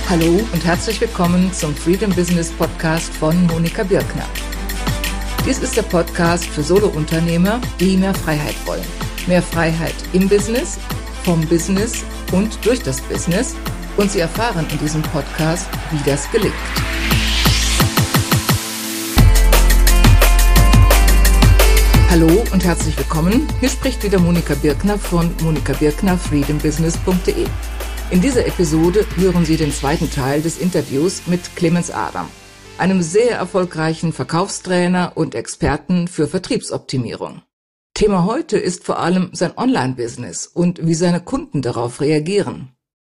Hallo und herzlich willkommen zum Freedom Business Podcast von Monika Birkner. Dies ist der Podcast für Solo-Unternehmer, die mehr Freiheit wollen. Mehr Freiheit im Business, vom Business und durch das Business. Und Sie erfahren in diesem Podcast, wie das gelingt. Hallo und herzlich willkommen. Hier spricht wieder Monika Birkner von monikabirkner-freedombusiness.de. In dieser Episode hören Sie den zweiten Teil des Interviews mit Clemens Adam, einem sehr erfolgreichen Verkaufstrainer und Experten für Vertriebsoptimierung. Thema heute ist vor allem sein Online-Business und wie seine Kunden darauf reagieren.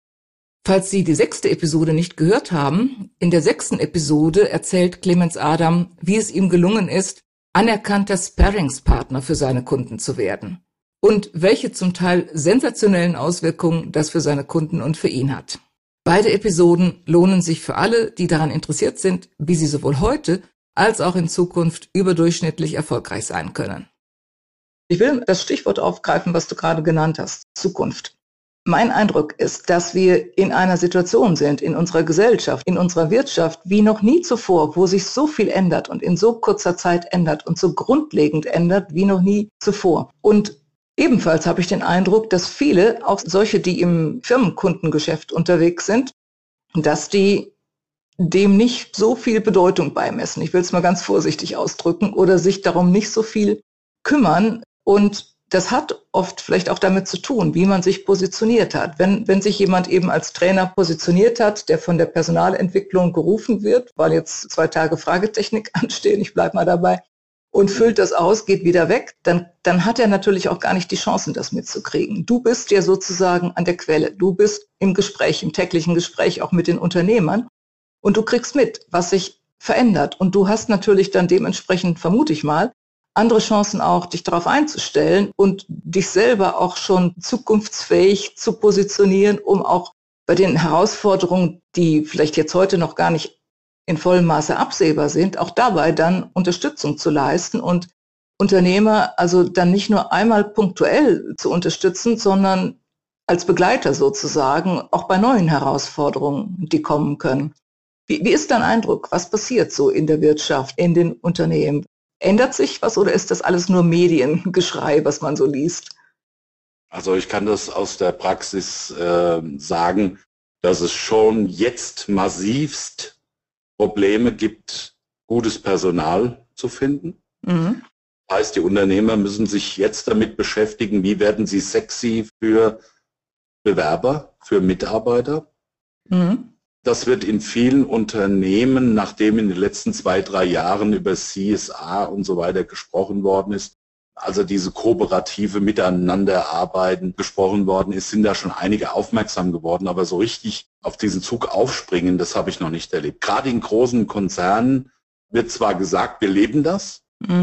Falls Sie die 6. Episode nicht gehört haben, in der 6. Episode erzählt Clemens Adam, wie es ihm gelungen ist, anerkannter Sparringspartner für seine Kunden zu werden und welche zum Teil sensationellen Auswirkungen das für seine Kunden und für ihn hat. Beide Episoden lohnen sich für alle, die daran interessiert sind, wie sie sowohl heute als auch in Zukunft überdurchschnittlich erfolgreich sein können. Ich will das Stichwort aufgreifen, was du gerade genannt hast, Zukunft. Mein Eindruck ist, dass wir in einer Situation sind, in unserer Gesellschaft, in unserer Wirtschaft, wie noch nie zuvor, wo sich so viel ändert und in so kurzer Zeit ändert und so grundlegend ändert, wie noch nie zuvor. Und ebenfalls habe ich den Eindruck, dass viele, auch solche, die im Firmenkundengeschäft unterwegs sind, dass die dem nicht so viel Bedeutung beimessen. Ich will es mal ganz vorsichtig ausdrücken oder sich darum nicht so viel kümmern. Und das hat oft vielleicht auch damit zu tun, wie man sich positioniert hat. Wenn sich jemand eben als Trainer positioniert hat, der von der Personalentwicklung gerufen wird, weil jetzt 2 Tage Fragetechnik anstehen, ich bleibe mal dabei, und füllt das aus, geht wieder weg, dann hat er natürlich auch gar nicht die Chancen, das mitzukriegen. Du bist ja sozusagen an der Quelle. Du bist im Gespräch, im täglichen Gespräch auch mit den Unternehmern und du kriegst mit, was sich verändert. Und du hast natürlich dann dementsprechend, vermute ich mal, andere Chancen auch, dich darauf einzustellen und dich selber auch schon zukunftsfähig zu positionieren, um auch bei den Herausforderungen, die vielleicht jetzt heute noch gar nicht in vollem Maße absehbar sind, auch dabei dann Unterstützung zu leisten und Unternehmer also dann nicht nur einmal punktuell zu unterstützen, sondern als Begleiter sozusagen auch bei neuen Herausforderungen, die kommen können. Wie ist dein Eindruck? Was passiert so in der Wirtschaft, in den Unternehmen? Ändert sich was oder ist das alles nur Mediengeschrei, was man so liest? Also ich kann das aus der Praxis sagen, dass es schon jetzt massivst Probleme gibt, gutes Personal zu finden. Mhm. Das heißt, die Unternehmer müssen sich jetzt damit beschäftigen, wie werden sie sexy für Bewerber, für Mitarbeiter. Mhm. Das wird in vielen Unternehmen, nachdem in den letzten 2, 3 Jahren über CSR und so weiter gesprochen worden ist, also diese kooperative Miteinanderarbeiten gesprochen worden ist, sind da schon einige aufmerksam geworden. Aber so richtig auf diesen Zug aufspringen, das habe ich noch nicht erlebt. Gerade in großen Konzernen wird zwar gesagt, wir leben das,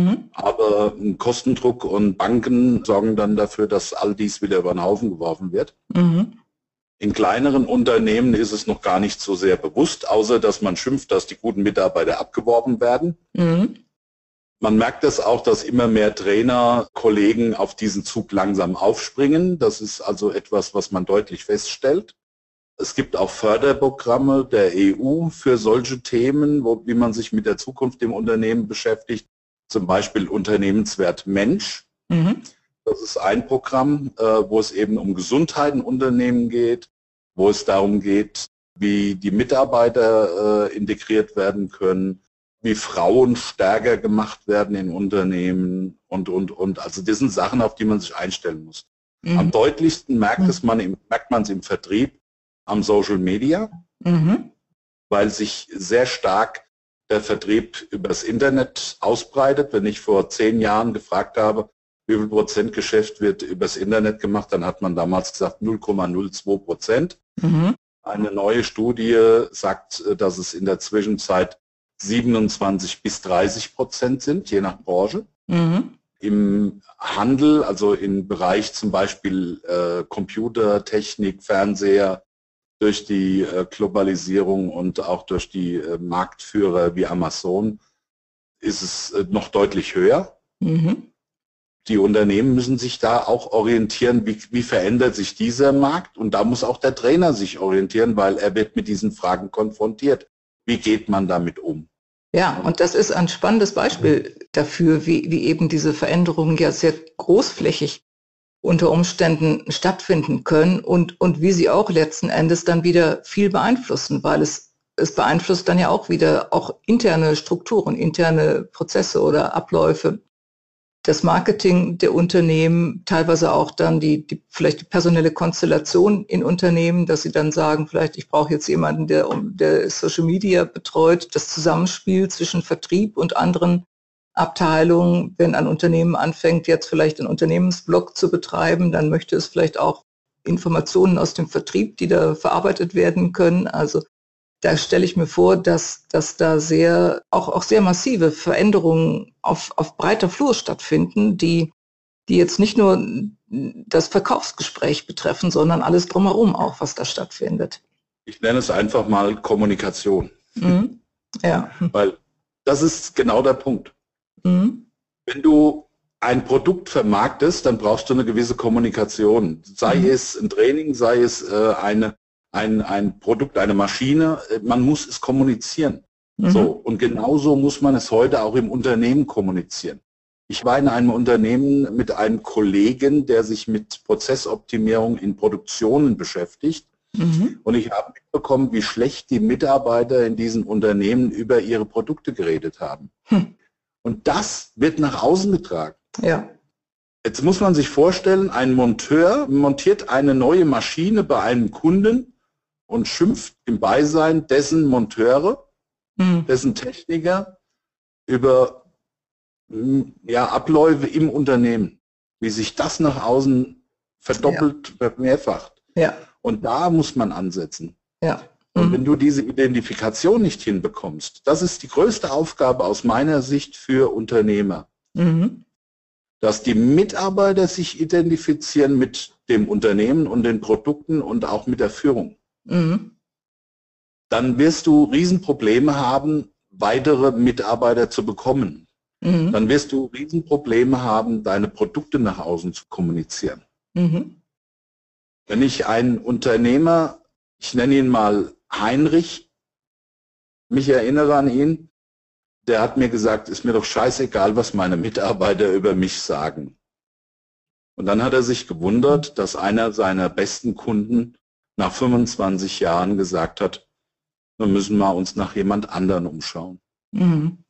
aber Kostendruck und Banken sorgen dann dafür, dass all dies wieder über den Haufen geworfen wird. Mhm. In kleineren Unternehmen ist es noch gar nicht so sehr bewusst, außer dass man schimpft, dass die guten Mitarbeiter abgeworben werden. Mhm. Man merkt es auch, dass immer mehr Trainer, Kollegen auf diesen Zug langsam aufspringen. Das ist also etwas, was man deutlich feststellt. Es gibt auch Förderprogramme der EU für solche Themen, wie man sich mit der Zukunft im Unternehmen beschäftigt. Zum Beispiel Unternehmenswert Mensch. Mhm. Das ist ein Programm, wo es eben um Gesundheit in Unternehmen geht, wo es darum geht, wie die Mitarbeiter integriert werden können, wie Frauen stärker gemacht werden in Unternehmen und. Also das sind Sachen, auf die man sich einstellen muss. Mhm. Am deutlichsten merkt man es im Vertrieb, am Social Media, weil sich sehr stark der Vertrieb übers Internet ausbreitet. Wenn ich vor 10 Jahren gefragt habe, wie viel Prozent Geschäft wird übers Internet gemacht, dann hat man damals gesagt 0,02%. Mhm. Eine neue Studie sagt, dass es in der Zwischenzeit 27-30% sind, je nach Branche. Mhm. Im Handel, also im Bereich zum Beispiel Computertechnik, Fernseher, durch die Globalisierung und auch durch die Marktführer wie Amazon, ist es noch deutlich höher. Mhm. die Unternehmen müssen sich da auch orientieren, wie verändert sich dieser Markt, und da muss auch der Trainer sich orientieren, weil er wird mit diesen Fragen konfrontiert. Wie geht man damit um? Ja, und das ist ein spannendes Beispiel dafür, wie eben diese Veränderungen ja sehr großflächig unter Umständen stattfinden können und wie sie auch letzten Endes dann wieder viel beeinflussen, weil es beeinflusst dann ja auch wieder auch interne Strukturen, interne Prozesse oder Abläufe, das Marketing der Unternehmen, teilweise auch dann vielleicht die personelle Konstellation in Unternehmen, dass sie dann sagen, vielleicht ich brauche jetzt jemanden, der Social Media betreut, das Zusammenspiel zwischen Vertrieb und anderen Abteilungen. Wenn ein Unternehmen anfängt, jetzt vielleicht einen Unternehmensblog zu betreiben, dann möchte es vielleicht auch Informationen aus dem Vertrieb, die da verarbeitet werden können. Also da stelle ich mir vor, dass da auch sehr massive Veränderungen auf breiter Flur stattfinden, die jetzt nicht nur das Verkaufsgespräch betreffen, sondern alles drumherum auch, was da stattfindet. Ich nenne es einfach mal Kommunikation. Mhm. Ja. Weil das ist genau der Punkt. Mhm. Wenn du ein Produkt vermarktest, dann brauchst du eine gewisse Kommunikation. Sei es ein Training, sei es ein Produkt, eine Maschine, man muss es kommunizieren. So, und genauso muss man es heute auch im Unternehmen kommunizieren. Ich war in einem Unternehmen mit einem Kollegen, der sich mit Prozessoptimierung in Produktionen beschäftigt. Und ich habe mitbekommen, wie schlecht die Mitarbeiter in diesen Unternehmen über ihre Produkte geredet haben. Und das wird nach außen getragen. Ja. Jetzt muss man sich vorstellen, ein Monteur montiert eine neue Maschine bei einem Kunden und schimpft im Beisein dessen Monteure, dessen Techniker über Abläufe im Unternehmen, wie sich das nach außen verdoppelt, vermehrfacht. Ja. Und da muss man ansetzen. Ja. Und wenn du diese Identifikation nicht hinbekommst, das ist die größte Aufgabe aus meiner Sicht für Unternehmer, dass die Mitarbeiter sich identifizieren mit dem Unternehmen und den Produkten und auch mit der Führung. Dann wirst du Riesenprobleme haben, weitere Mitarbeiter zu bekommen. Dann wirst du Riesenprobleme haben, deine Produkte nach außen zu kommunizieren. Wenn ich einen Unternehmer, ich nenne ihn mal Heinrich, mich erinnere an ihn, der hat mir gesagt, ist mir doch scheißegal, was meine Mitarbeiter über mich sagen. Und dann hat er sich gewundert, dass einer seiner besten Kunden nach 25 Jahren gesagt hat, wir müssen mal uns nach jemand anderen umschauen. Und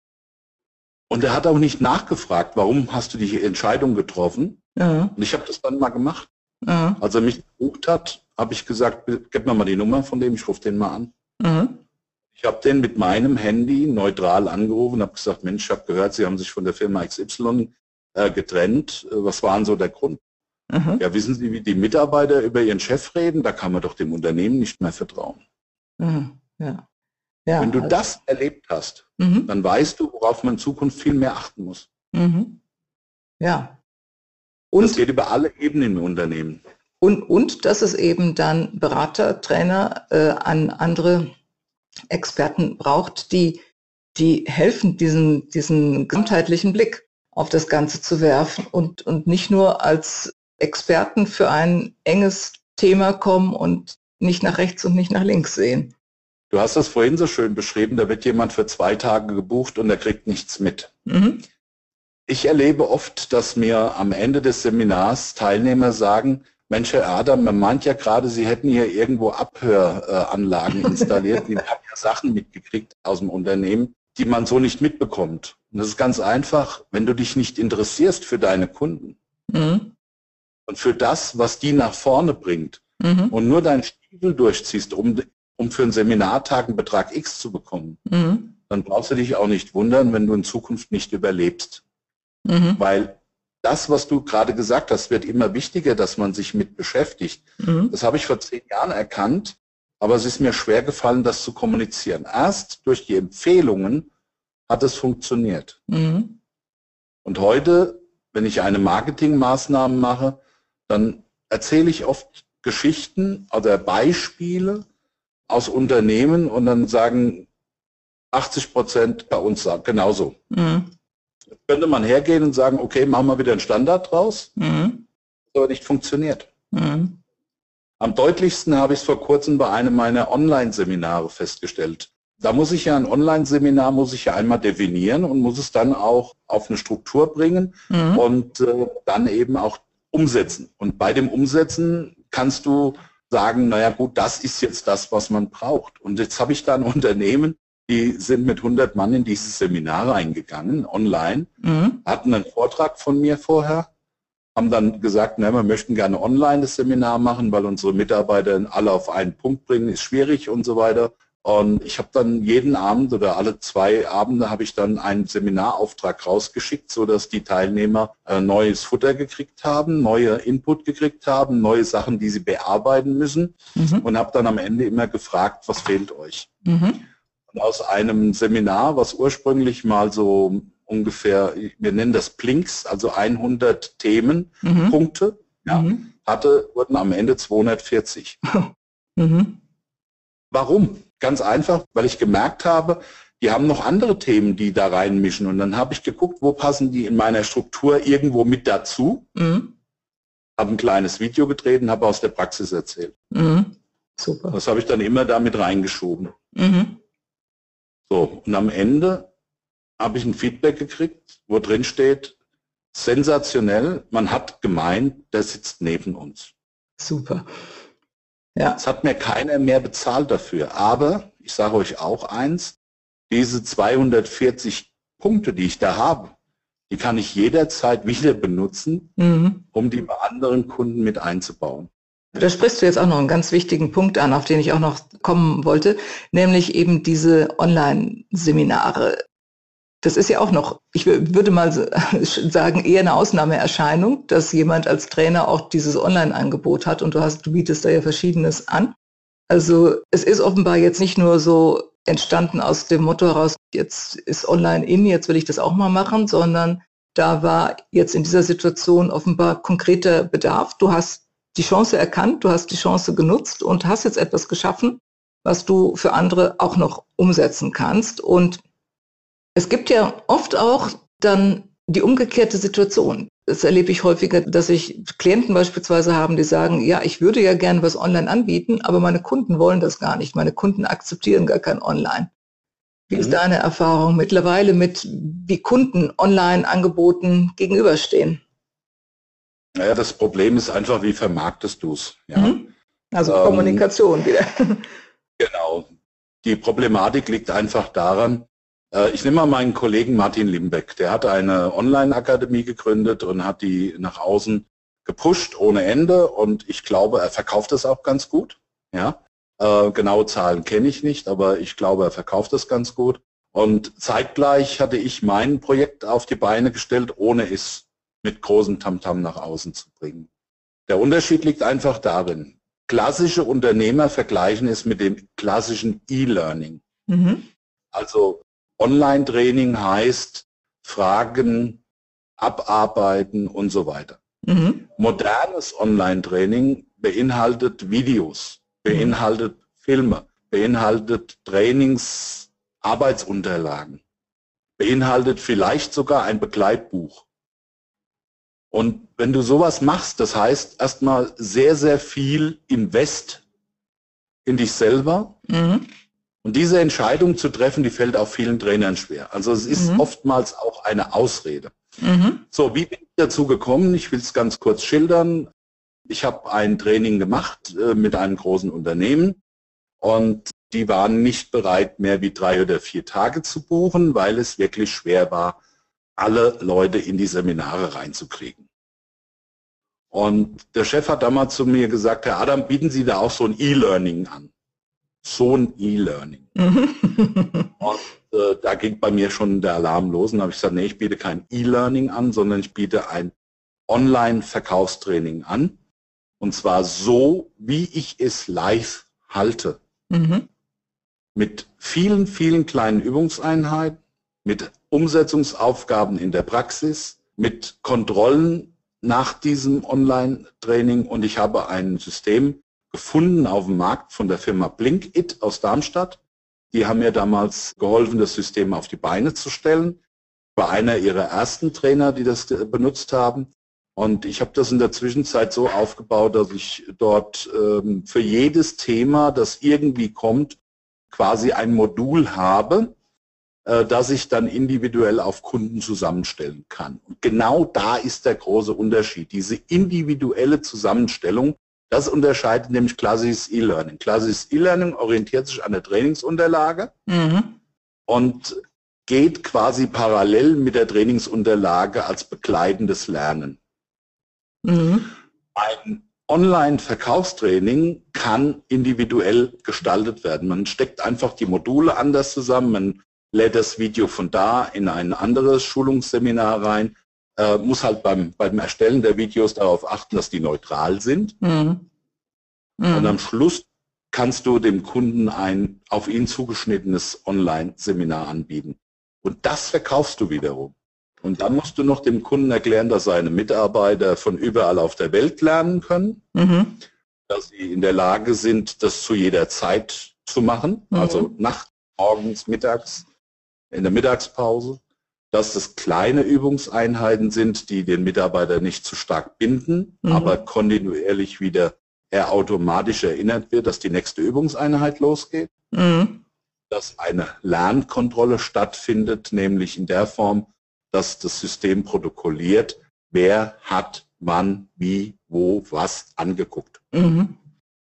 er hat auch nicht nachgefragt, warum hast du die Entscheidung getroffen? Und ich habe das dann mal gemacht. Als er mich gebucht hat, habe ich gesagt, gib mir mal die Nummer von dem, ich rufe den mal an. Ich habe den mit meinem Handy neutral angerufen und habe gesagt, Mensch, ich habe gehört, Sie haben sich von der Firma XY getrennt. Was war denn so der Grund? Ja, wissen Sie, wie die Mitarbeiter über ihren Chef reden? Da kann man doch dem Unternehmen nicht mehr vertrauen. Ja. Wenn du das erlebt hast, dann weißt du, worauf man in Zukunft viel mehr achten muss. Ja. Und das geht über alle Ebenen im Unternehmen. Und dass es eben dann Berater, Trainer, an andere Experten braucht, die helfen, diesen gesamtheitlichen Blick auf das Ganze zu werfen und nicht nur als Experten für ein enges Thema kommen und nicht nach rechts und nicht nach links sehen. Du hast das vorhin so schön beschrieben, da wird jemand für 2 Tage gebucht und er kriegt nichts mit. Ich erlebe oft, dass mir am Ende des Seminars Teilnehmer sagen, Mensch, Herr Adam, man meint ja gerade, Sie hätten hier irgendwo Abhöranlagen installiert. Die haben ja Sachen mitgekriegt aus dem Unternehmen, die man so nicht mitbekommt. Und das ist ganz einfach, wenn du dich nicht interessierst für deine Kunden und für das, was die nach vorne bringt und nur deinen Stiefel durchziehst, um für einen Seminartag einen Betrag X zu bekommen, dann brauchst du dich auch nicht wundern, wenn du in Zukunft nicht überlebst. Weil das, was du gerade gesagt hast, wird immer wichtiger, dass man sich mit beschäftigt. Das habe ich vor 10 Jahren erkannt, aber es ist mir schwer gefallen, das zu kommunizieren. Erst durch die Empfehlungen hat es funktioniert. Und heute, wenn ich eine Marketingmaßnahme mache, dann erzähle ich oft Geschichten oder Beispiele aus Unternehmen und dann sagen 80% bei uns genauso. könnte man hergehen und sagen, okay, machen wir wieder einen Standard draus, Mhm. aber nicht funktioniert. Mhm. Am deutlichsten habe ich es vor kurzem bei einem meiner Online-Seminare festgestellt. Da muss ich ja ein Online-Seminar einmal definieren und muss es dann auch auf eine Struktur bringen Mhm. und dann eben auch umsetzen. Und bei dem Umsetzen kannst du sagen, naja gut, das ist jetzt das, was man braucht. Und jetzt habe ich da ein Unternehmen, die sind mit 100 Mann in dieses Seminar reingegangen, online, Mhm. hatten einen Vortrag von mir vorher, haben dann gesagt, na, wir möchten gerne online das Seminar machen, weil unsere Mitarbeiter alle auf einen Punkt bringen, ist schwierig und so weiter. Und ich habe dann jeden Abend oder alle 2 Abende habe ich dann einen Seminarauftrag rausgeschickt, sodass die Teilnehmer neues Futter gekriegt haben, neue Input gekriegt haben, neue Sachen, die sie bearbeiten müssen. Mhm. Und habe dann am Ende immer gefragt, was fehlt euch? Mhm. Und aus einem Seminar, was ursprünglich mal so ungefähr, wir nennen das Plinks, also 100 Themenpunkte, Mhm. wurden am Ende 240. Mhm. Warum? Ganz einfach, weil ich gemerkt habe, die haben noch andere Themen, die da reinmischen. Und dann habe ich geguckt, wo passen die in meiner Struktur irgendwo mit dazu. Mhm. Habe ein kleines Video gedreht und habe aus der Praxis erzählt. Mhm. Super. Das habe ich dann immer damit reingeschoben. Mhm. So, und am Ende habe ich ein Feedback gekriegt, wo drin steht, sensationell, man hat gemeint, der sitzt neben uns. Super. Ja. Es hat mir keiner mehr bezahlt dafür. Aber ich sage euch auch eins, diese 240 Punkte, die ich da habe, die kann ich jederzeit wieder benutzen, Mhm. um die bei anderen Kunden mit einzubauen. Da sprichst du jetzt auch noch einen ganz wichtigen Punkt an, auf den ich auch noch kommen wollte, nämlich eben diese Online-Seminare. Das ist ja auch noch, ich würde mal sagen, eher eine Ausnahmeerscheinung, dass jemand als Trainer auch dieses Online-Angebot hat und du bietest da ja Verschiedenes an. Also es ist offenbar jetzt nicht nur so entstanden aus dem Motto heraus, jetzt ist online in, jetzt will ich das auch mal machen, sondern da war jetzt in dieser Situation offenbar konkreter Bedarf. Du hast die Chance erkannt, du hast die Chance genutzt und hast jetzt etwas geschaffen, was du für andere auch noch umsetzen kannst. Und es gibt ja oft auch dann die umgekehrte Situation. Das erlebe ich häufiger, dass ich Klienten beispielsweise haben, die sagen, ja, ich würde ja gerne was online anbieten, aber meine Kunden wollen das gar nicht. Meine Kunden akzeptieren gar kein Online. Wie ist deine Erfahrung mittlerweile mit, wie Kunden Online-Angeboten gegenüberstehen? Naja, das Problem ist einfach, wie vermarktest du es? Ja? Mhm. Also Kommunikation wieder. Genau. Die Problematik liegt einfach daran, ich nehme mal meinen Kollegen Martin Limbeck, der hat eine Online-Akademie gegründet und hat die nach außen gepusht ohne Ende und ich glaube, er verkauft es auch ganz gut. Ja? Genaue Zahlen kenne ich nicht, aber ich glaube, er verkauft es ganz gut. Und zeitgleich hatte ich mein Projekt auf die Beine gestellt, ohne es mit großem Tamtam nach außen zu bringen. Der Unterschied liegt einfach darin, klassische Unternehmer vergleichen es mit dem klassischen E-Learning. Mhm. Also Online-Training heißt Fragen abarbeiten und so weiter. Mhm. Modernes Online-Training beinhaltet Videos, beinhaltet Filme, beinhaltet Trainings, Arbeitsunterlagen, beinhaltet vielleicht sogar ein Begleitbuch. Und wenn du sowas machst, das heißt erstmal sehr, sehr viel Invest in dich selber. Mhm. Und diese Entscheidung zu treffen, die fällt auch vielen Trainern schwer. Also es ist oftmals auch eine Ausrede. Mhm. So, wie bin ich dazu gekommen? Ich will es ganz kurz schildern. Ich habe ein Training gemacht mit einem großen Unternehmen und die waren nicht bereit, mehr wie 3 oder 4 Tage zu buchen, weil es wirklich schwer war, alle Leute in die Seminare reinzukriegen. Und der Chef hat damals zu mir gesagt, Herr Adam, bieten Sie da auch so ein E-Learning an? So ein E-Learning. Mhm. Und da ging bei mir schon der Alarm los und habe ich gesagt, nee, ich biete kein E-Learning an, sondern ich biete ein Online-Verkaufstraining an. Und zwar so, wie ich es live halte. Mhm. Mit vielen, vielen kleinen Übungseinheiten, mit Umsetzungsaufgaben in der Praxis, mit Kontrollen nach diesem Online-Training. Und ich habe ein System gefunden auf dem Markt von der Firma Blinkit aus Darmstadt. Die haben mir damals geholfen, das System auf die Beine zu stellen. war einer ihrer ersten Trainer, die das benutzt haben. Und ich habe das in der Zwischenzeit so aufgebaut, dass ich dort für jedes Thema, das irgendwie kommt, quasi ein Modul habe, das ich dann individuell auf Kunden zusammenstellen kann. Und genau da ist der große Unterschied. Diese individuelle Zusammenstellung, das unterscheidet nämlich klassisches E-Learning. Klassisches E-Learning orientiert sich an der Trainingsunterlage und geht quasi parallel mit der Trainingsunterlage als begleitendes Lernen. Ein Online-Verkaufstraining kann individuell gestaltet werden. Man steckt einfach die Module anders zusammen, man lädt das Video von da in ein anderes Schulungsseminar rein, muss halt beim Erstellen der Videos darauf achten, dass die neutral sind. Und am Schluss kannst du dem Kunden ein auf ihn zugeschnittenes Online-Seminar anbieten. Und das verkaufst du wiederum. Und dann musst du noch dem Kunden erklären, dass seine Mitarbeiter von überall auf der Welt lernen können, dass sie in der Lage sind, das zu jeder Zeit zu machen, also nachts, morgens, mittags, in der Mittagspause, dass das kleine Übungseinheiten sind, die den Mitarbeiter nicht zu stark binden, aber kontinuierlich wieder automatisch erinnert wird, dass die nächste Übungseinheit losgeht, dass eine Lernkontrolle stattfindet, nämlich in der Form, dass das System protokolliert, wer hat wann, wie, wo, was angeguckt. Und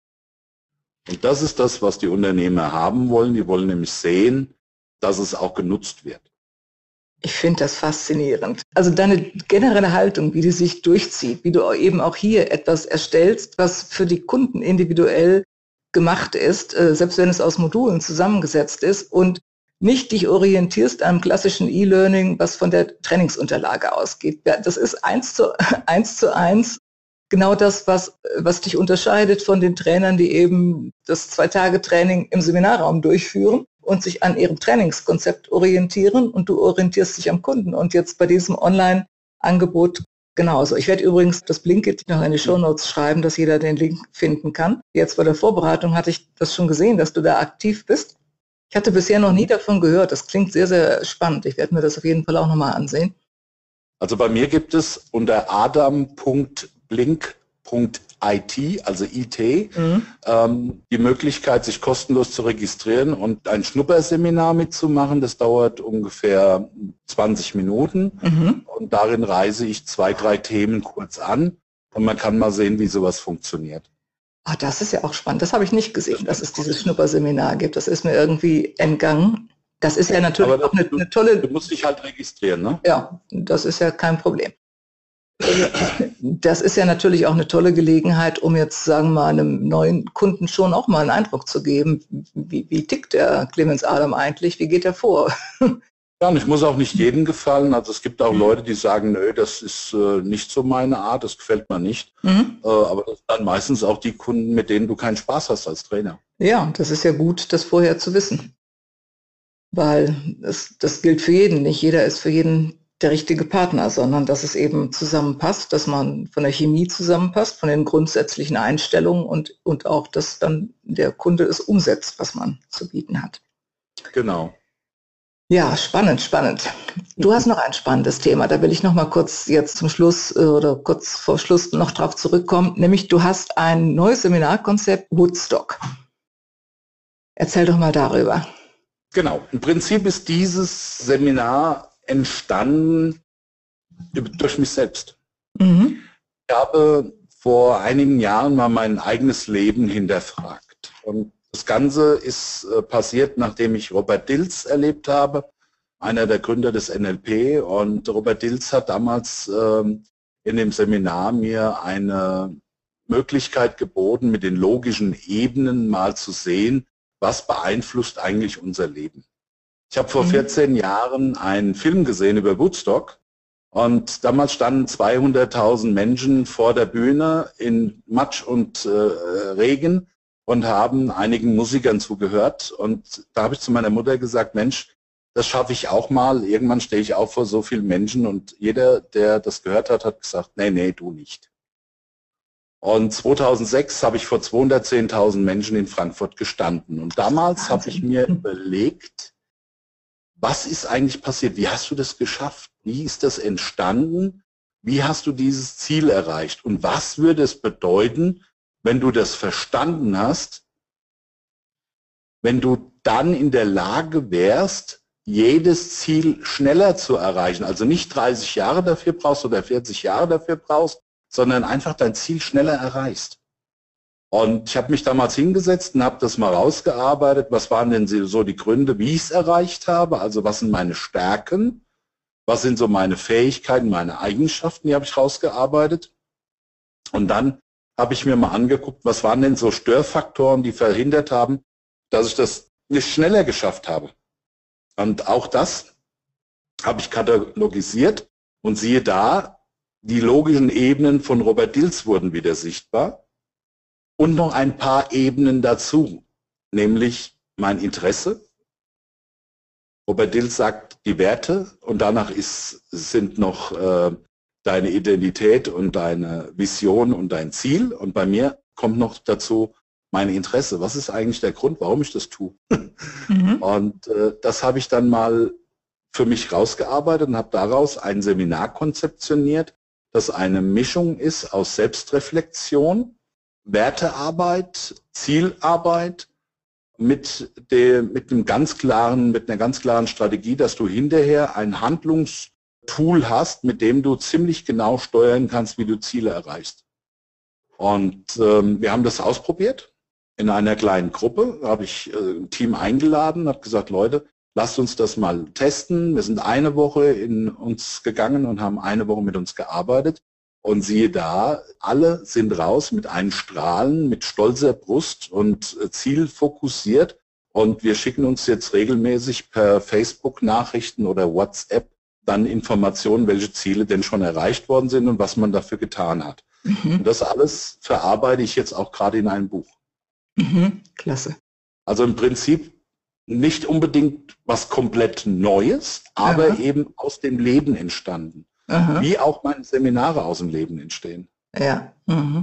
das ist das, was die Unternehmer haben wollen. Die wollen nämlich sehen, dass es auch genutzt wird. Ich finde das faszinierend. Also deine generelle Haltung, wie die sich durchzieht, wie du eben auch hier etwas erstellst, was für die Kunden individuell gemacht ist, selbst wenn es aus Modulen zusammengesetzt ist und nicht dich orientierst am klassischen E-Learning, was von der Trainingsunterlage ausgeht. Das ist eins zu eins genau das, was dich unterscheidet von den Trainern, die eben das 2-Tage-Training im Seminarraum durchführen und sich an ihrem Trainingskonzept orientieren und du orientierst dich am Kunden. Und jetzt bei diesem Online-Angebot genauso. Ich werde übrigens das Blinkit noch in die Shownotes schreiben, dass jeder den Link finden kann. Jetzt bei der Vorbereitung hatte ich das schon gesehen, dass du da aktiv bist. Ich hatte bisher noch nie davon gehört. Das klingt sehr, sehr spannend. Ich werde mir das auf jeden Fall auch nochmal ansehen. Also bei mir gibt es unter adam.blink.it, also IT, die Möglichkeit, sich kostenlos zu registrieren und ein Schnupperseminar mitzumachen. Das dauert ungefähr 20 Minuten und darin reise ich 2, 3 Themen kurz an und man kann mal sehen, wie sowas funktioniert. Ah, das ist ja auch spannend. Das habe ich nicht gesehen, dass es dieses Schnupperseminar gibt. Das ist mir irgendwie entgangen. Das ist ja natürlich auch eine tolle... Du musst dich halt registrieren, ne? Ja, das ist ja kein Problem. Das ist ja natürlich auch eine tolle Gelegenheit, um jetzt, sagen wir mal, einem neuen Kunden schon auch mal einen Eindruck zu geben. Wie tickt der Clemens Adam eigentlich? Wie geht er vor? Ja, und ich muss auch nicht jedem gefallen. Also es gibt auch Leute, die sagen, nö, das ist nicht so meine Art, das gefällt mir nicht. Aber das sind dann meistens auch die Kunden, mit denen du keinen Spaß hast als Trainer. Ja, das ist ja gut, das vorher zu wissen. Weil das gilt für jeden. Nicht jeder ist für jeden der richtige Partner, sondern dass es eben zusammenpasst, dass man von der Chemie zusammenpasst, von den grundsätzlichen Einstellungen und auch, dass dann der Kunde es umsetzt, was man zu bieten hat. Genau. Ja, spannend, spannend. Du hast noch ein spannendes Thema, da will ich noch mal kurz jetzt zum Schluss oder kurz vor Schluss noch drauf zurückkommen, nämlich du hast ein neues Seminarkonzept, Woodstock. Erzähl doch mal darüber. Genau, im Prinzip ist dieses Seminar entstanden durch mich selbst. Ich habe vor einigen Jahren mal mein eigenes Leben hinterfragt und das Ganze ist passiert, nachdem ich Robert Dilts erlebt habe, einer der Gründer des NLP. Und Robert Dilts hat damals in dem Seminar mir eine Möglichkeit geboten, mit den logischen Ebenen mal zu sehen, was beeinflusst eigentlich unser Leben. Ich habe vor 14 Jahren einen Film gesehen über Woodstock und damals standen 200.000 Menschen vor der Bühne in Matsch und Regen und haben einigen Musikern zugehört. Und da habe ich zu meiner Mutter gesagt, Mensch, das schaffe ich auch mal. Irgendwann stehe ich auch vor so vielen Menschen. Und jeder, der das gehört hat, hat gesagt, nee, du nicht. Und 2006 habe ich vor 210.000 Menschen in Frankfurt gestanden. Und damals habe ich mir überlegt, was ist eigentlich passiert? Wie hast du das geschafft? Wie ist das entstanden? Wie hast du dieses Ziel erreicht? Und was würde es bedeuten, wenn du das verstanden hast, wenn du dann in der Lage wärst, jedes Ziel schneller zu erreichen? Also nicht 30 Jahre dafür brauchst oder 40 Jahre dafür brauchst, sondern einfach dein Ziel schneller erreichst. Und ich habe mich damals hingesetzt und habe das mal rausgearbeitet. Was waren denn so die Gründe, wie ich es erreicht habe? Also was sind meine Stärken? Was sind so meine Fähigkeiten, meine Eigenschaften? Die habe ich rausgearbeitet. Und dann habe ich mir mal angeguckt, was waren denn so Störfaktoren, die verhindert haben, dass ich das nicht schneller geschafft habe. Und auch das habe ich katalogisiert und siehe da, die logischen Ebenen von Robert Dills wurden wieder sichtbar und noch ein paar Ebenen dazu, nämlich mein Interesse. Robert Dills sagt die Werte und danach sind noch deine Identität und deine Vision und dein Ziel. Und bei mir kommt noch dazu mein Interesse. Was ist eigentlich der Grund, warum ich das tue? Und das habe ich dann mal für mich rausgearbeitet und habe daraus ein Seminar konzeptioniert, das eine Mischung ist aus Selbstreflexion, Wertearbeit, Zielarbeit mit einer ganz klaren Strategie, dass du hinterher ein Handlungstool hast, mit dem du ziemlich genau steuern kannst, wie du Ziele erreichst. Und wir haben das ausprobiert in einer kleinen Gruppe. Da habe ich ein Team eingeladen, habe gesagt, Leute, lasst uns das mal testen. Wir sind eine Woche in uns gegangen und haben eine Woche mit uns gearbeitet. Und siehe da, alle sind raus mit einem Strahlen, mit stolzer Brust und zielfokussiert. Und wir schicken uns jetzt regelmäßig per Facebook-Nachrichten oder WhatsApp dann Informationen, welche Ziele denn schon erreicht worden sind und was man dafür getan hat. Und das alles verarbeite ich jetzt auch gerade in einem Buch. Klasse. Also im Prinzip nicht unbedingt was komplett Neues, aber eben aus dem Leben entstanden. Wie auch meine Seminare aus dem Leben entstehen. Ja.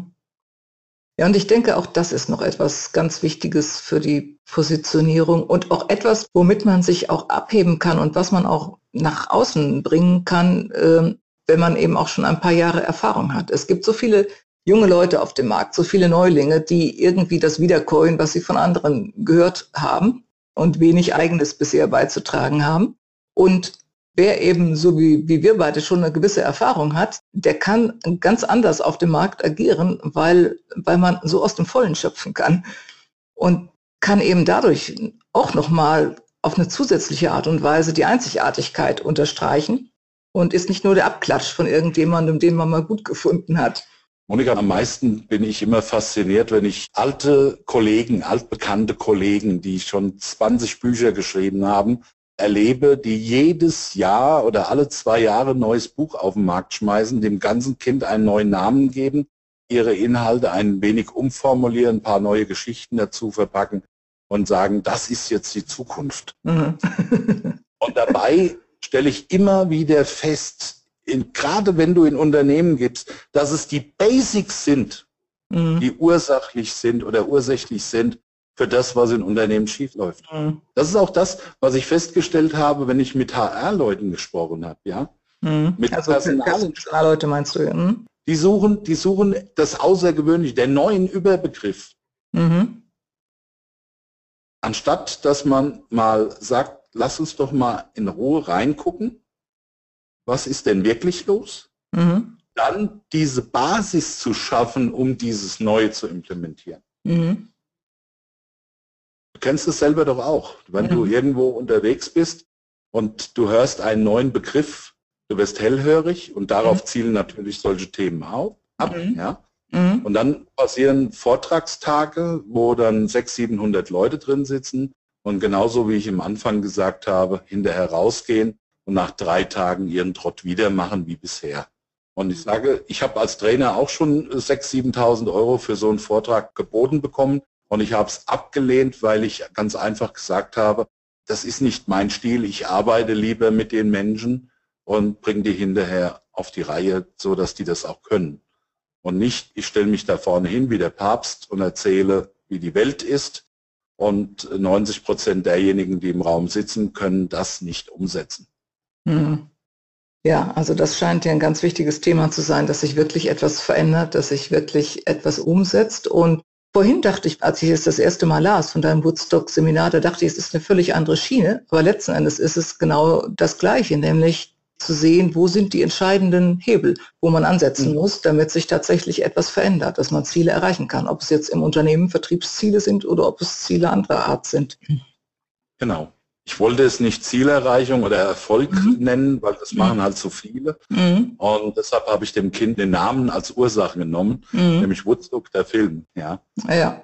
Ja, und ich denke, auch das ist noch etwas ganz Wichtiges für die Positionierung und auch etwas, womit man sich auch abheben kann und was man auch nach außen bringen kann, wenn man eben auch schon ein paar Jahre Erfahrung hat. Es gibt so viele junge Leute auf dem Markt, so viele Neulinge, die irgendwie das wiederkäuen, was sie von anderen gehört haben und wenig Eigenes bisher beizutragen haben. Und wer eben so wie wir beide schon eine gewisse Erfahrung hat, der kann ganz anders auf dem Markt agieren, weil man so aus dem Vollen schöpfen kann und kann eben dadurch auch nochmal auf eine zusätzliche Art und Weise die Einzigartigkeit unterstreichen und ist nicht nur der Abklatsch von irgendjemandem, den man mal gut gefunden hat. Monika, am meisten bin ich immer fasziniert, wenn ich alte Kollegen, altbekannte Kollegen, die schon 20 Bücher geschrieben haben, erlebe, die jedes Jahr oder alle 2 Jahre ein neues Buch auf den Markt schmeißen, dem ganzen Kind einen neuen Namen geben, ihre Inhalte ein wenig umformulieren, ein paar neue Geschichten dazu verpacken und sagen, das ist jetzt die Zukunft. Und dabei stelle ich immer wieder fest, gerade wenn du in Unternehmen gibst, dass es die Basics sind, die ursächlich sind für das, was in Unternehmen schiefläuft. Das ist auch das, was ich festgestellt habe, wenn ich mit HR-Leuten gesprochen habe, ja. Mit also Personalleute meinst du, ja? Die suchen das Außergewöhnliche, den neuen Überbegriff. Anstatt, dass man mal sagt, lass uns doch mal in Ruhe reingucken, was ist denn wirklich los? Dann diese Basis zu schaffen, um dieses Neue zu implementieren. Du kennst es selber doch auch. Wenn du irgendwo unterwegs bist und du hörst einen neuen Begriff, du wirst hellhörig und darauf zielen natürlich solche Themen ab. Ja? Und dann passieren Vortragstage, wo dann 600, 700 Leute drin sitzen und genauso wie ich am Anfang gesagt habe, hinterher rausgehen und nach 3 Tagen ihren Trott wieder machen wie bisher. Und ich sage, ich habe als Trainer auch schon 6.000, 7.000 Euro für so einen Vortrag geboten bekommen. Und ich habe es abgelehnt, weil ich ganz einfach gesagt habe, das ist nicht mein Stil. Ich arbeite lieber mit den Menschen und bringe die hinterher auf die Reihe, so dass die das auch können. Und nicht, ich stelle mich da vorne hin wie der Papst und erzähle, wie die Welt ist und 90% derjenigen, die im Raum sitzen, können das nicht umsetzen. Hm. Ja, also das scheint ja ein ganz wichtiges Thema zu sein, dass sich wirklich etwas verändert, dass sich wirklich etwas umsetzt. Und vorhin dachte ich, als ich es das erste Mal las von deinem Woodstock-Seminar, da dachte ich, es ist eine völlig andere Schiene. Aber letzten Endes ist es genau das Gleiche, nämlich zu sehen, wo sind die entscheidenden Hebel, wo man ansetzen muss, damit sich tatsächlich etwas verändert, dass man Ziele erreichen kann. Ob es jetzt im Unternehmen Vertriebsziele sind oder ob es Ziele anderer Art sind. Genau. Ich wollte es nicht Zielerreichung oder Erfolg nennen, weil das machen halt so viele. Und deshalb habe ich dem Kind den Namen als Ursache genommen, nämlich Woodstock, der Film. Ja. Ja.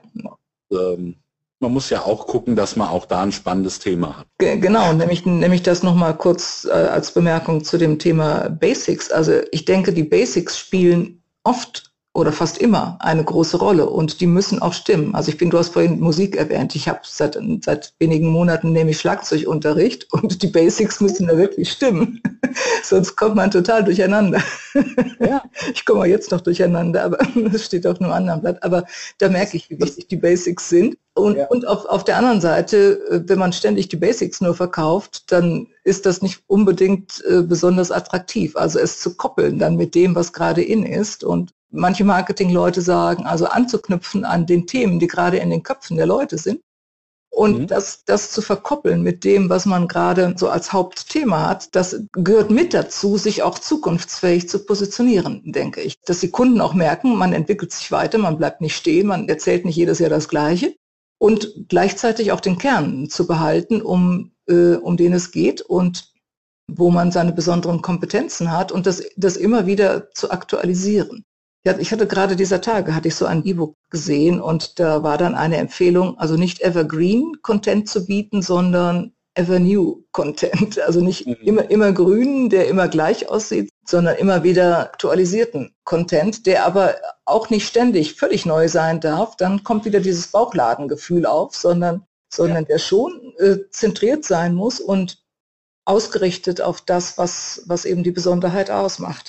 Man muss ja auch gucken, dass man auch da ein spannendes Thema hat. Genau, nämlich das nochmal kurz als Bemerkung zu dem Thema Basics. Also ich denke, die Basics spielen oft oder fast immer eine große Rolle und die müssen auch stimmen. Also du hast vorhin Musik erwähnt. Ich habe seit wenigen Monaten nehme ich Schlagzeugunterricht und die Basics müssen da wirklich stimmen. Sonst kommt man total durcheinander. Ja. Ich komme jetzt noch durcheinander, aber das steht auf einem anderen Blatt. Aber da merke ich, wie wichtig die Basics sind. Und auf der anderen Seite, wenn man ständig die Basics nur verkauft, dann ist das nicht unbedingt besonders attraktiv. Also es zu koppeln dann mit dem, was gerade in ist. Und manche Marketingleute sagen, also anzuknüpfen an den Themen, die gerade in den Köpfen der Leute sind. Und das zu verkoppeln mit dem, was man gerade so als Hauptthema hat, das gehört mit dazu, sich auch zukunftsfähig zu positionieren, denke ich. Dass die Kunden auch merken, man entwickelt sich weiter, man bleibt nicht stehen, man erzählt nicht jedes Jahr das Gleiche. Und gleichzeitig auch den Kern zu behalten, um den es geht und wo man seine besonderen Kompetenzen hat und das immer wieder zu aktualisieren. Ja, ich hatte gerade dieser Tage, hatte ich so ein E-Book gesehen und da war dann eine Empfehlung, also nicht Evergreen Content zu bieten, sondern Ever-New Content. Also nicht immer grün, der immer gleich aussieht, sondern immer wieder aktualisierten Content, der aber auch nicht ständig völlig neu sein darf. Dann kommt wieder dieses Bauchladengefühl auf, sondern der schon zentriert sein muss und ausgerichtet auf das, was eben die Besonderheit ausmacht.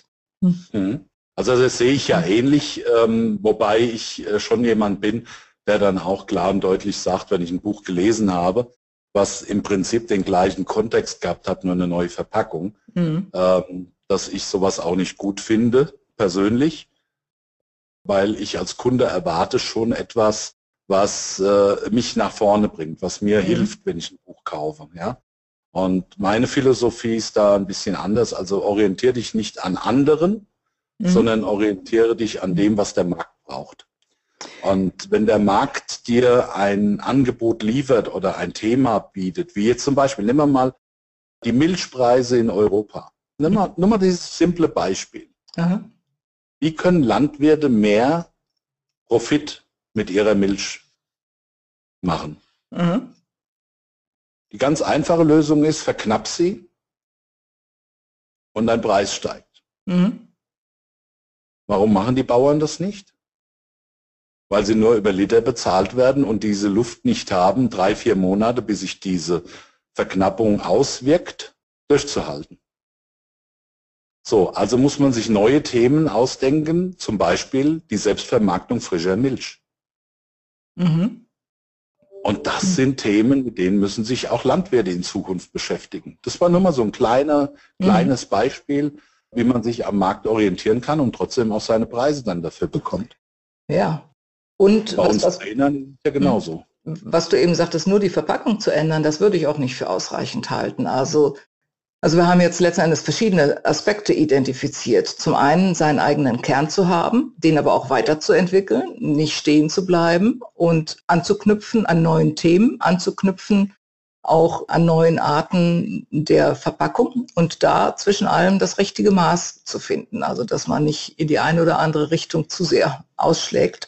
Also das sehe ich ja ähnlich, wobei ich schon jemand bin, der dann auch klar und deutlich sagt, wenn ich ein Buch gelesen habe, was im Prinzip den gleichen Kontext gehabt hat, nur eine neue Verpackung, dass ich sowas auch nicht gut finde, persönlich, weil ich als Kunde erwarte schon etwas, was mich nach vorne bringt, was mir hilft, wenn ich ein Buch kaufe. Ja? Und meine Philosophie ist da ein bisschen anders, also orientiere dich nicht an anderen, sondern orientiere dich an dem, was der Markt braucht. Und wenn der Markt dir ein Angebot liefert oder ein Thema bietet, wie jetzt zum Beispiel, nehmen wir mal die Milchpreise in Europa. Nimm mal dieses simple Beispiel. Aha. Wie können Landwirte mehr Profit mit ihrer Milch machen? Die ganz einfache Lösung ist, verknapp sie und dein Preis steigt. Warum machen die Bauern das nicht? Weil sie nur über Liter bezahlt werden und diese Luft nicht haben, 3-4 Monate, bis sich diese Verknappung auswirkt, durchzuhalten. So, also muss man sich neue Themen ausdenken, zum Beispiel die Selbstvermarktung frischer Milch. Und das sind Themen, mit denen müssen sich auch Landwirte in Zukunft beschäftigen. Das war nur mal so ein kleines Beispiel, wie man sich am Markt orientieren kann und trotzdem auch seine Preise dann dafür bekommt. Ja. Und bei uns Trainern ist ja genauso. Was du eben sagtest, nur die Verpackung zu ändern, das würde ich auch nicht für ausreichend halten. Also wir haben jetzt letzten Endes verschiedene Aspekte identifiziert. Zum einen seinen eigenen Kern zu haben, den aber auch weiterzuentwickeln, nicht stehen zu bleiben und anzuknüpfen an neuen Themen, anzuknüpfen auch an neuen Arten der Verpackung und da zwischen allem das richtige Maß zu finden. Also dass man nicht in die eine oder andere Richtung zu sehr ausschlägt.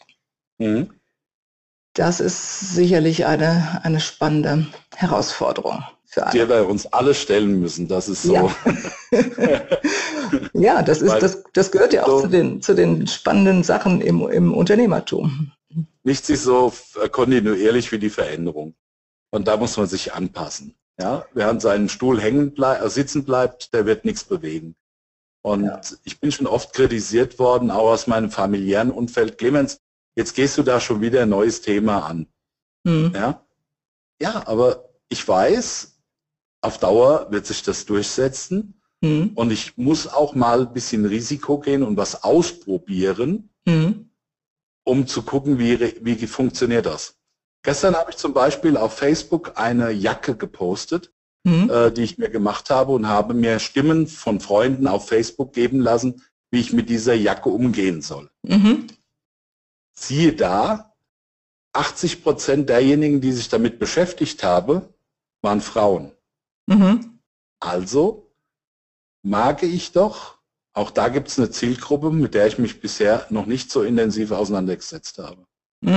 Das ist sicherlich eine spannende Herausforderung für alle. Die wir uns alle stellen müssen, das ist so. Ja, ja, das gehört ja auch zu den spannenden Sachen im Unternehmertum. Nichts ist so kontinuierlich wie die Veränderung. Und da muss man sich anpassen. Ja? Wer an seinem Stuhl sitzen bleibt, der wird nichts bewegen. Und ich bin schon oft kritisiert worden, auch aus meinem familiären Umfeld. Clemens, jetzt gehst du da schon wieder ein neues Thema an. Ja? Ja, aber ich weiß, auf Dauer wird sich das durchsetzen und ich muss auch mal ein bisschen Risiko gehen und was ausprobieren, um zu gucken, wie funktioniert das. Gestern habe ich zum Beispiel auf Facebook eine Jacke gepostet, die ich mir gemacht habe und habe mir Stimmen von Freunden auf Facebook geben lassen, wie ich mit dieser Jacke umgehen soll. Siehe da, 80% derjenigen, die sich damit beschäftigt haben, waren Frauen. Also mag ich doch, auch da gibt es eine Zielgruppe, mit der ich mich bisher noch nicht so intensiv auseinandergesetzt habe.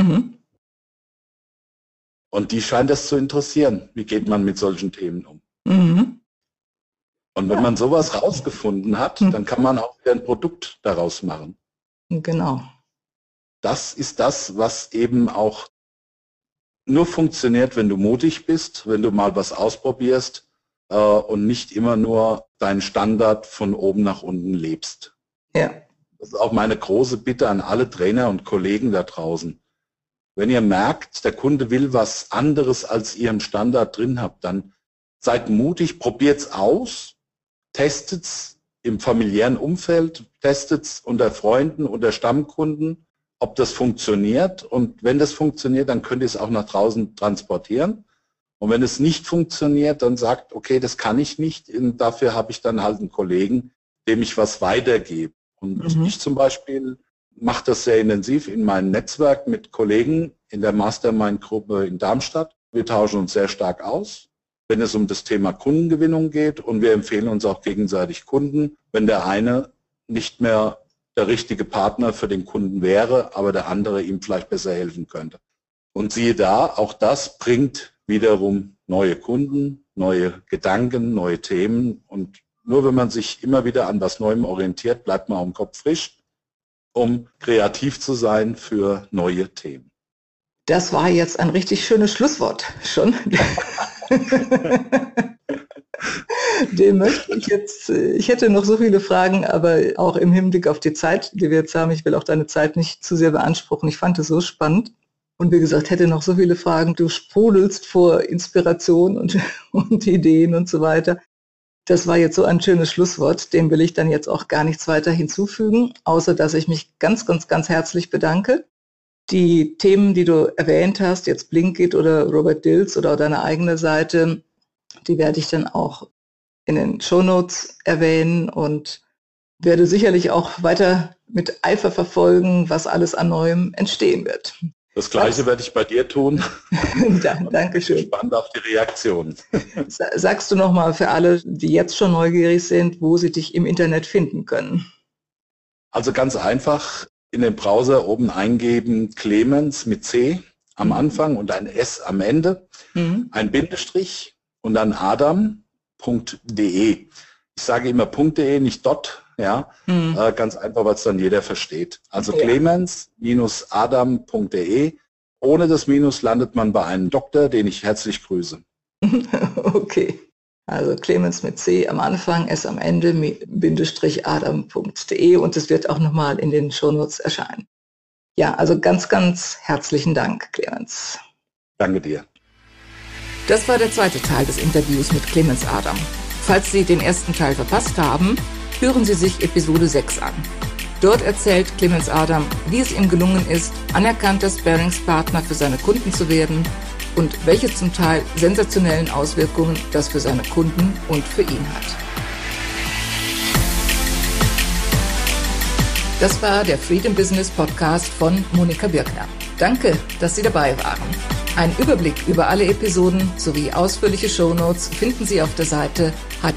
Und die scheint es zu interessieren. Wie geht man mit solchen Themen um? Und wenn man sowas rausgefunden hat, dann kann man auch wieder ein Produkt daraus machen. Genau. Das ist das, was eben auch nur funktioniert, wenn du mutig bist, wenn du mal was ausprobierst und nicht immer nur deinen Standard von oben nach unten lebst. Ja. Das ist auch meine große Bitte an alle Trainer und Kollegen da draußen. Wenn ihr merkt, der Kunde will was anderes, als ihr im Standard drin habt, dann seid mutig, probiert's aus, testet's im familiären Umfeld, testet's unter Freunden, unter Stammkunden, ob das funktioniert. Und wenn das funktioniert, dann könnt ihr es auch nach draußen transportieren. Und wenn es nicht funktioniert, dann sagt, okay, das kann ich nicht. Und dafür habe ich dann halt einen Kollegen, dem ich was weitergebe. Und ich zum Beispiel mache das sehr intensiv in meinem Netzwerk mit Kollegen in der Mastermind-Gruppe in Darmstadt. Wir tauschen uns sehr stark aus, wenn es um das Thema Kundengewinnung geht. Und wir empfehlen uns auch gegenseitig Kunden, wenn der eine nicht mehr der richtige Partner für den Kunden wäre, aber der andere ihm vielleicht besser helfen könnte. Und siehe da, auch das bringt wiederum neue Kunden, neue Gedanken, neue Themen. Und nur wenn man sich immer wieder an was Neuem orientiert, bleibt man auch im Kopf frisch, um kreativ zu sein für neue Themen. Das war jetzt ein richtig schönes Schlusswort schon. Den möchte ich jetzt, ich hätte noch so viele Fragen, aber auch im Hinblick auf die Zeit, die wir jetzt haben, ich will auch deine Zeit nicht zu sehr beanspruchen. Ich fand es so spannend. Und wie gesagt, hätte noch so viele Fragen. Du sprudelst vor Inspiration und Ideen und so weiter. Das war jetzt so ein schönes Schlusswort. Dem will ich dann jetzt auch gar nichts weiter hinzufügen, außer dass ich mich ganz, ganz, ganz herzlich bedanke. Die Themen, die du erwähnt hast, jetzt Blinkit oder Robert Dills oder deine eigene Seite, die werde ich dann auch in den Shownotes erwähnen und werde sicherlich auch weiter mit Eifer verfolgen, was alles an Neuem entstehen wird. Das Gleiche werde ich bei dir tun. Dankeschön. Spannend auf die Reaktion. Sagst du nochmal für alle, die jetzt schon neugierig sind, wo sie dich im Internet finden können? Also ganz einfach in den Browser oben eingeben Clemens mit C am Anfang und ein S am Ende, ein Bindestrich und dann adam.de. Ich sage immer .de, nicht .dot. Ja, ganz einfach, weil es dann jeder versteht. Also clemens-adam.de. Ohne das Minus landet man bei einem Doktor, den ich herzlich grüße. Okay, also Clemens mit C am Anfang, S am Ende, Bindestrich adam.de und es wird auch nochmal in den Shownotes erscheinen. Ja, also ganz, ganz herzlichen Dank, Clemens. Danke dir. Das war der zweite Teil des Interviews mit Clemens Adam. Falls Sie den ersten Teil verpasst haben, hören Sie sich Episode 6 an. Dort erzählt Clemens Adam, wie es ihm gelungen ist, anerkannter Sparringspartner für seine Kunden zu werden und welche zum Teil sensationellen Auswirkungen das für seine Kunden und für ihn hat. Das war der Freedom Business Podcast von Monika Birkner. Danke, dass Sie dabei waren. Einen Überblick über alle Episoden sowie ausführliche Shownotes finden Sie auf der Seite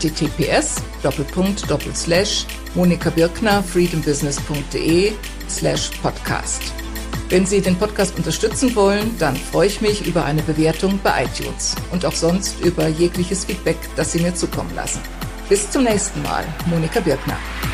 https://monikabirkner freedombusiness.de/podcast. Wenn Sie den Podcast unterstützen wollen, dann freue ich mich über eine Bewertung bei iTunes und auch sonst über jegliches Feedback, das Sie mir zukommen lassen. Bis zum nächsten Mal, Monika Birkner.